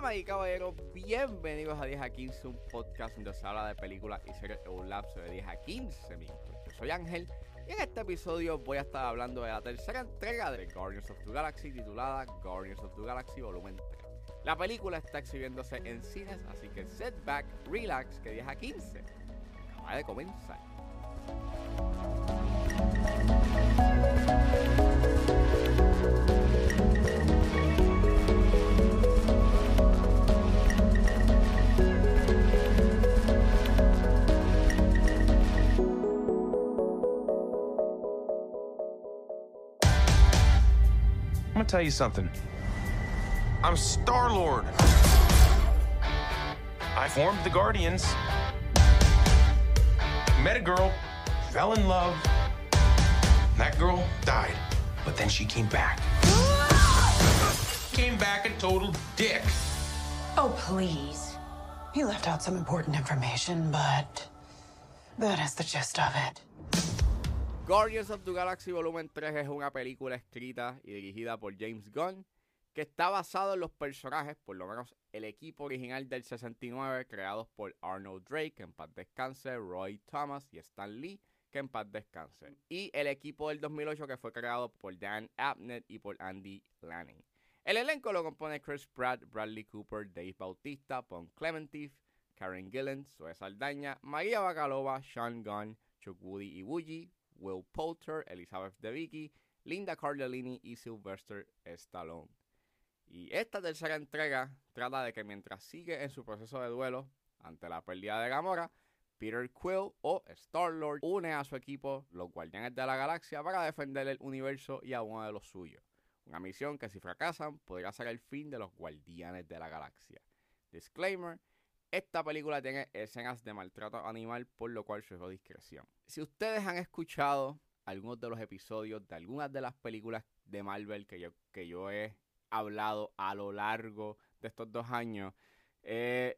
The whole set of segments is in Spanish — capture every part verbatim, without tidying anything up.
Damas y caballeros, bienvenidos a diez a quince, un podcast donde se habla de películas y series en un lapso de diez a quince minutos. Yo soy Ángel y en este episodio voy a estar hablando de la tercera entrega de Guardians of the Galaxy titulada Guardians of the Galaxy Volumen tres. La película está exhibiéndose en cines, así que sit back, relax, que diez a quince acaba de comenzar. I'm gonna tell you something. I'm Star-Lord. I formed the Guardians. Met a girl, fell in love. That girl died, but then she came back. Came back a total dick. Oh, please. He left out some important information, but that is the gist of it. Guardians of the Galaxy Volumen tres es una película escrita y dirigida por James Gunn que está basado en los personajes, por lo menos el equipo original del sesenta y nueve, creados por Arnold Drake, que en paz descanse, Roy Thomas y Stan Lee, que en paz descanse, y el equipo del dos mil ocho que fue creado por Dan Abnett y por Andy Lanning. El elenco lo compone Chris Pratt, Bradley Cooper, Dave Bautista, Pom Klementieff, Karen Gillan, Zoe Saldaña, Maria Bakalova, Sean Gunn, Chukwudi Iwuji, Will Poulter, Elizabeth Debicki, Linda Cardellini y Sylvester Stallone. Y esta tercera entrega trata de que mientras sigue en su proceso de duelo ante la pérdida de Gamora, Peter Quill o Star-Lord une a su equipo, los Guardianes de la Galaxia, para defender el universo y a uno de los suyos. Una misión que si fracasan podría ser el fin de los Guardianes de la Galaxia. Disclaimer: esta película tiene escenas de maltrato animal, por lo cual sugiero discreción. Si ustedes han escuchado algunos de los episodios de algunas de las películas de Marvel que yo, que yo he hablado a lo largo de estos dos años, eh,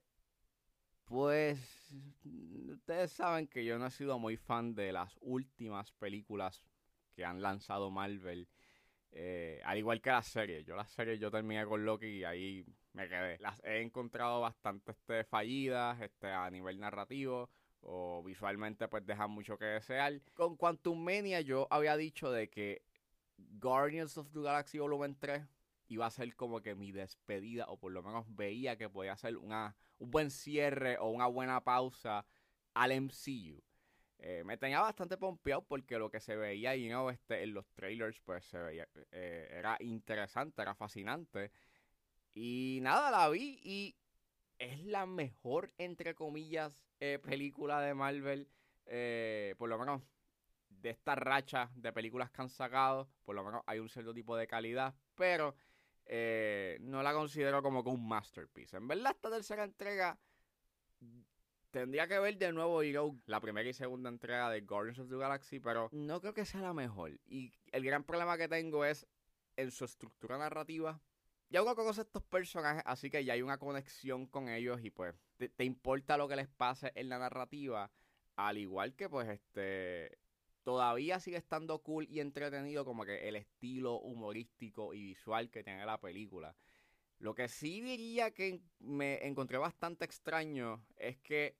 pues ustedes saben que yo no he sido muy fan de las últimas películas que han lanzado Marvel, eh, al igual que las series. Yo las series yo terminé con Loki y ahí me quedé. Las he encontrado bastante este, fallidas este, a nivel narrativo, o visualmente pues dejan mucho que desear. Con Quantumania yo había dicho de que Guardians of the Galaxy Volumen tres iba a ser como que mi despedida, o por lo menos veía que podía ser una, un buen cierre o una buena pausa al M C U. Eh, me tenía bastante pompeado porque lo que se veía you know, este, en los trailers pues se veía, eh, era interesante, era fascinante. Y nada, la vi y es la mejor, entre comillas, eh, película de Marvel, eh, por lo menos de esta racha de películas que han sacado. Por lo menos hay un cierto tipo de calidad, pero eh, no la considero como que un masterpiece. En verdad, esta tercera entrega tendría que ver de nuevo you know, la primera y segunda entrega de Guardians of the Galaxy, pero no creo que sea la mejor. Y el gran problema que tengo es en su estructura narrativa. Ya uno conoce a estos personajes, así que ya hay una conexión con ellos y pues te, te importa lo que les pase en la narrativa, al igual que pues este todavía sigue estando cool y entretenido como que el estilo humorístico y visual que tiene la película. Lo que sí diría que me encontré bastante extraño es que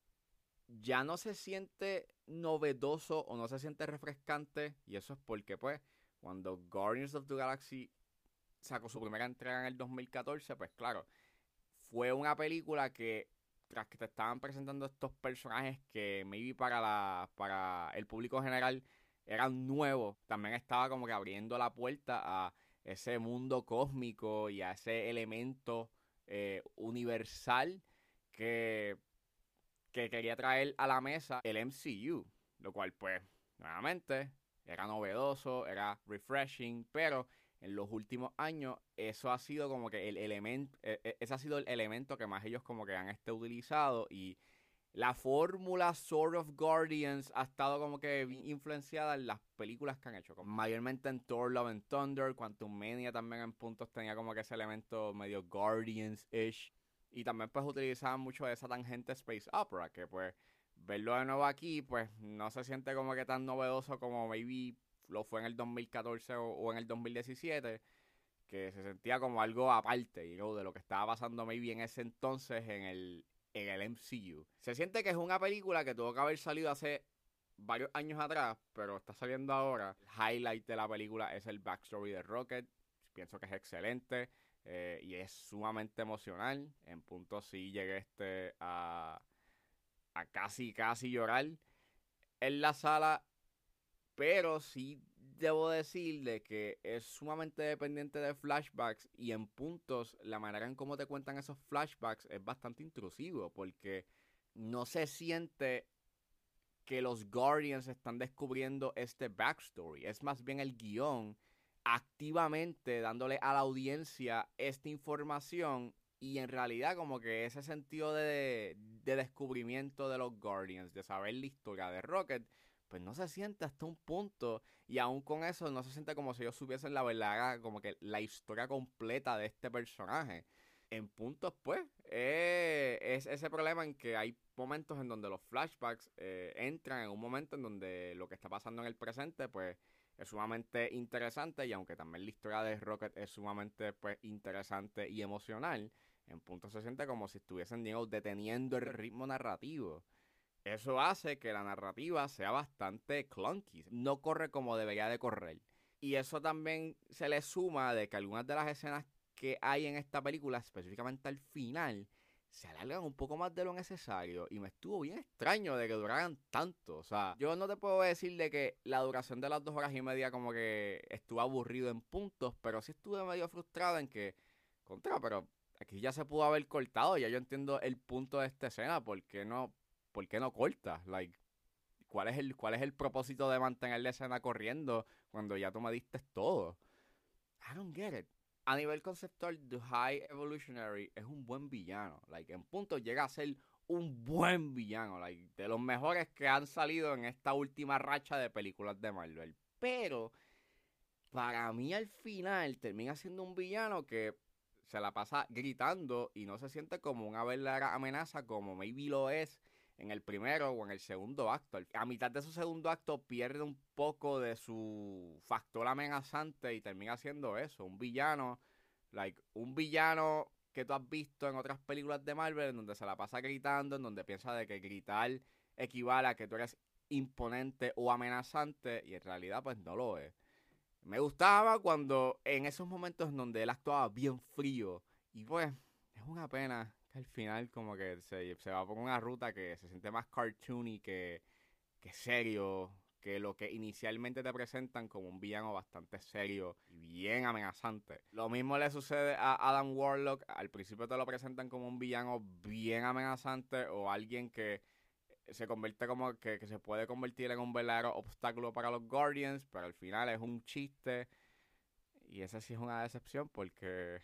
ya no se siente novedoso o no se siente refrescante, y eso es porque pues cuando Guardians of the Galaxy sacó su primera entrega en el dos mil catorce, pues claro, fue una película que tras que te estaban presentando estos personajes que maybe para la para el público general eran nuevos, también estaba como que abriendo la puerta a ese mundo cósmico y a ese elemento eh, universal que, que quería traer a la mesa el M C U, lo cual pues nuevamente era novedoso, era refreshing, pero en los últimos años eso ha sido como que el elemento, eh, ese ha sido el elemento que más ellos como que han este utilizado, y la fórmula Sword of Guardians ha estado como que bien influenciada en las películas que han hecho, como mayormente en Thor Love and Thunder. Quantumania también en puntos tenía como que ese elemento medio Guardians-ish, y también pues utilizaban mucho de esa tangente Space Opera, que pues verlo de nuevo aquí pues no se siente como que tan novedoso como maybe lo fue en el dos mil catorce o, o en el dos mil diecisiete. que se sentía como algo aparte, you know, de lo que estaba pasando maybe en ese entonces en el, en el M C U. Se siente que es una película que tuvo que haber salido hace varios años atrás, pero está saliendo ahora. El highlight de la película es el backstory de Rocket. Pienso que es excelente eh, y es sumamente emocional. En punto sí llegué este a, a casi, casi llorar en la sala, pero sí debo decir de que es sumamente dependiente de flashbacks y en puntos la manera en cómo te cuentan esos flashbacks es bastante intrusivo porque no se siente que los Guardians están descubriendo este backstory. Es más bien el guión activamente dándole a la audiencia esta información y en realidad como que ese sentido de, de descubrimiento de los Guardians, de saber la historia de Rocket, pues no se siente hasta un punto y aún con eso no se siente como si ellos supiesen la verdad, como que la historia completa de este personaje. En puntos pues eh, es ese problema en que hay momentos en donde los flashbacks eh, entran en un momento en donde lo que está pasando en el presente pues es sumamente interesante y aunque también la historia de Rocket es sumamente pues interesante y emocional, en puntos se siente como si estuviesen, digamos, deteniendo el ritmo narrativo. Eso hace que la narrativa sea bastante clunky, no corre como debería de correr. Y eso también se le suma de que algunas de las escenas que hay en esta película, específicamente al final, se alargan un poco más de lo necesario y me estuvo bien extraño de que duraran tanto. O sea, yo no te puedo decir de que la duración de las dos horas y media como que estuvo aburrido en puntos, pero sí estuve medio frustrado en que, contra, pero aquí ya se pudo haber cortado, ya yo entiendo el punto de esta escena, ¿por qué no, por qué no cortas? Like, ¿cuál es el, cuál es el propósito de mantener la escena corriendo cuando ya tú me diste todo? I don't get it. A nivel conceptual, The High Evolutionary es un buen villano. Like, en punto llega a ser un buen villano. Like, de los mejores que han salido en esta última racha de películas de Marvel. Pero, para mí al final termina siendo un villano que se la pasa gritando y no se siente como una verdadera amenaza como maybe lo es en el primero o en el segundo acto. A mitad de su segundo acto pierde un poco de su factor amenazante y termina siendo eso, un villano, like, un villano que tú has visto en otras películas de Marvel en donde se la pasa gritando, en donde piensa de que gritar equivale a que tú eres imponente o amenazante y en realidad pues no lo es. Me gustaba cuando en esos momentos en donde él actuaba bien frío y pues es una pena que al final como que se, se va por una ruta que se siente más cartoony que, que serio, que lo que inicialmente te presentan como un villano bastante serio y bien amenazante. Lo mismo le sucede a Adam Warlock, al principio te lo presentan como un villano bien amenazante o alguien que se convierte como que, que se puede convertir en un verdadero obstáculo para los Guardians, pero al final es un chiste y esa sí es una decepción porque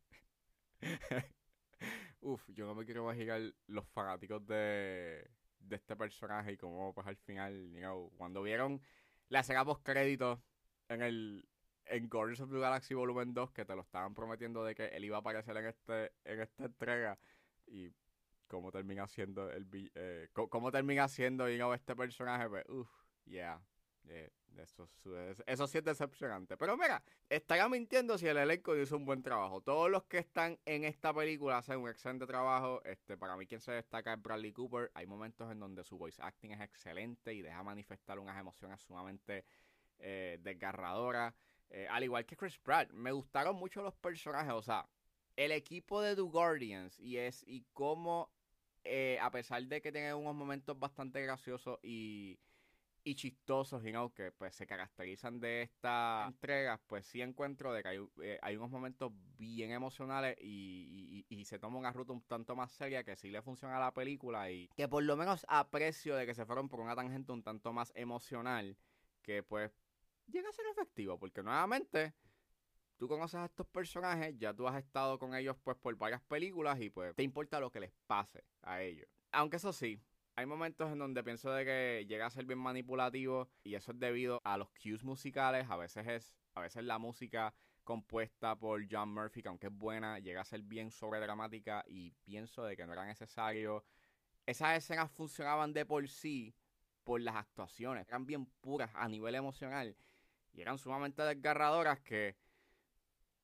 uf, yo no me quiero imaginar los fanáticos de, de este personaje y cómo pues al final, you know, cuando vieron la escena post créditos en el en Guardians of the Galaxy Volumen dos que te lo estaban prometiendo de que él iba a aparecer en este en esta entrega y cómo termina siendo el eh, cómo, cómo termina siendo, you know, este personaje, pues uff, yeah. Eh, eso, eso sí es decepcionante. Pero mira, estaría mintiendo si el elenco hizo un buen trabajo. Todos los que están en esta película hacen un excelente trabajo. Este, para mí quien se destaca es Bradley Cooper. Hay momentos en donde su voice acting es excelente y deja manifestar unas emociones sumamente eh, desgarradoras. Eh, al igual que Chris Pratt. Me gustaron mucho los personajes. O sea, el equipo de The Guardians y es y cómo eh, a pesar de que tienen unos momentos bastante graciosos y y chistosos, you know, que pues se caracterizan de estas entregas, pues sí encuentro de que hay, eh, hay unos momentos bien emocionales y, y, y se toma una ruta un tanto más seria que sí le funciona a la película y que por lo menos aprecio de que se fueron por una tangente un tanto más emocional que pues llega a ser efectivo, porque nuevamente tú conoces a estos personajes, ya tú has estado con ellos pues por varias películas y pues te importa lo que les pase a ellos. Aunque eso sí, hay momentos en donde pienso de que llega a ser bien manipulativo y eso es debido a los cues musicales. A veces es, a veces la música compuesta por John Murphy, que aunque es buena, llega a ser bien sobredramática y pienso de que no era necesario. Esas escenas funcionaban de por sí por las actuaciones, eran bien puras a nivel emocional y eran sumamente desgarradoras que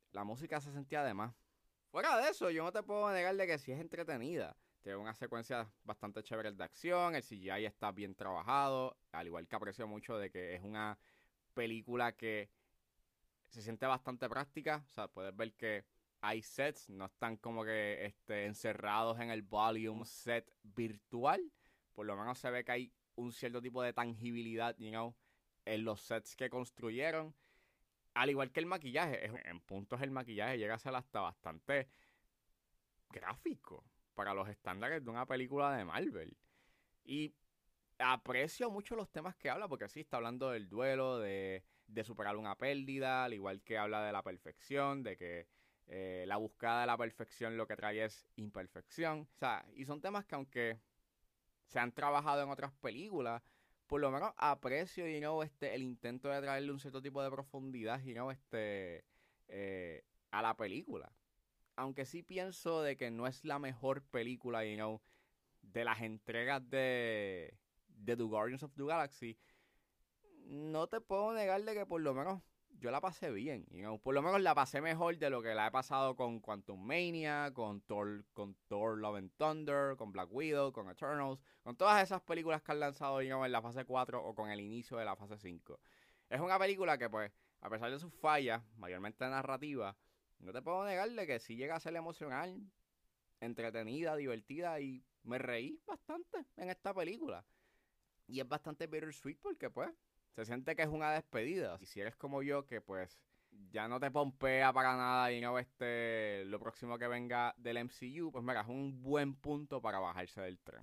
la música se sentía de más. Fuera de eso, yo no te puedo negar de que sí es entretenida. Tiene una secuencia bastante chévere de acción, el C G I está bien trabajado, al igual que aprecio mucho de que es una película que se siente bastante práctica. O sea, puedes ver que hay sets, no están como que este, encerrados en el volume set virtual. Por lo menos se ve que hay un cierto tipo de tangibilidad, you know, en los sets que construyeron. Al igual que el maquillaje, en puntos el maquillaje llega a ser hasta bastante gráfico para los estándares de una película de Marvel. Y aprecio mucho los temas que habla, porque sí, está hablando del duelo, de, de superar una pérdida, al igual que habla de la perfección, de que eh, la búsqueda de la perfección lo que trae es imperfección. O sea, y son temas que aunque se han trabajado en otras películas, por lo menos aprecio, you know, este, el intento de traerle un cierto tipo de profundidad, you know, este, eh, a la película. Aunque sí pienso de que no es la mejor película, you know, de las entregas de, de The Guardians of the Galaxy, no te puedo negar de que por lo menos yo la pasé bien, you know? Por lo menos la pasé mejor de lo que la he pasado con Quantum Mania, con Thor, con Thor Love and Thunder, con Black Widow, con Eternals, con todas esas películas que han lanzado, you know, en la fase cuatro o con el inicio de la fase cinco. Es una película que, pues, a pesar de sus fallas, mayormente narrativa, no te puedo negarle que sí llega a ser emocional, entretenida, divertida, y me reí bastante en esta película. Y es bastante bittersweet porque, pues, se siente que es una despedida. Y si eres como yo, que pues ya no te pompea para nada y no este lo próximo que venga del M C U, pues mira, es un buen punto para bajarse del tren.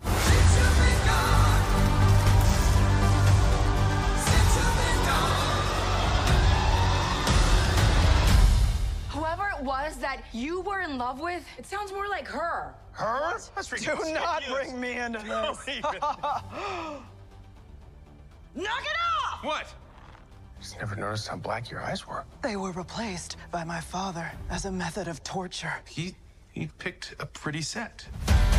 Whoever it was that you were in love with, it sounds more like her. Her? That's ridiculous. Do not bring me into this. Knock it off! What? Just never noticed how black your eyes were. They were replaced by my father as a method of torture. He he picked a pretty set.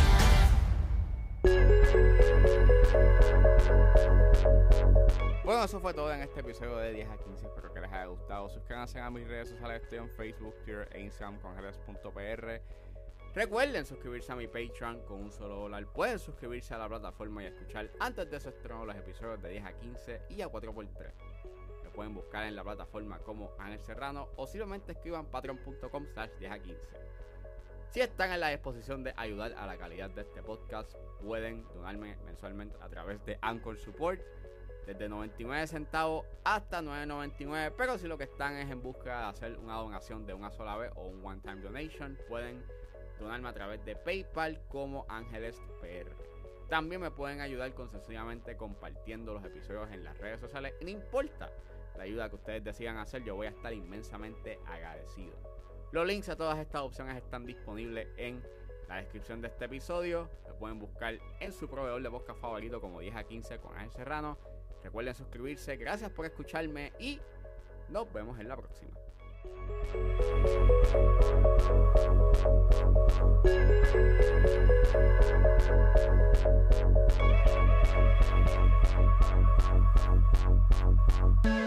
Bueno, eso fue todo en este episodio de diez a quince. Espero que les haya gustado. Suscríbanse a mis redes sociales. Estoy en Facebook, Twitter e Instagram con Jerez punto P R. Recuerden suscribirse a mi Patreon con un solo dólar. Pueden suscribirse a la plataforma y escuchar antes de su estreno los episodios de diez a quince y a cuatro por tres. Me pueden buscar en la plataforma como Ángel Serrano o simplemente escriban patreon punto com slash diez a quince. Si están en la disposición de ayudar a la calidad de este podcast, pueden donarme mensualmente a través de Anchor Support, desde noventa y nueve centavos hasta nueve noventa y nueve. Pero si lo que están es en busca de hacer una donación de una sola vez o un one time donation, pueden donarme a través de PayPal como Ángeles P R. También me pueden ayudar con sencillamente compartiendo los episodios en las redes sociales. Y no importa la ayuda que ustedes decidan hacer, yo voy a estar inmensamente agradecido. Los links a todas estas opciones están disponibles en la descripción de este episodio. Me pueden buscar en su proveedor de podcast favorito como diez a quince con Ángel Serrano. Recuerden suscribirse. Gracias por escucharme y nos vemos en la próxima. Thank you.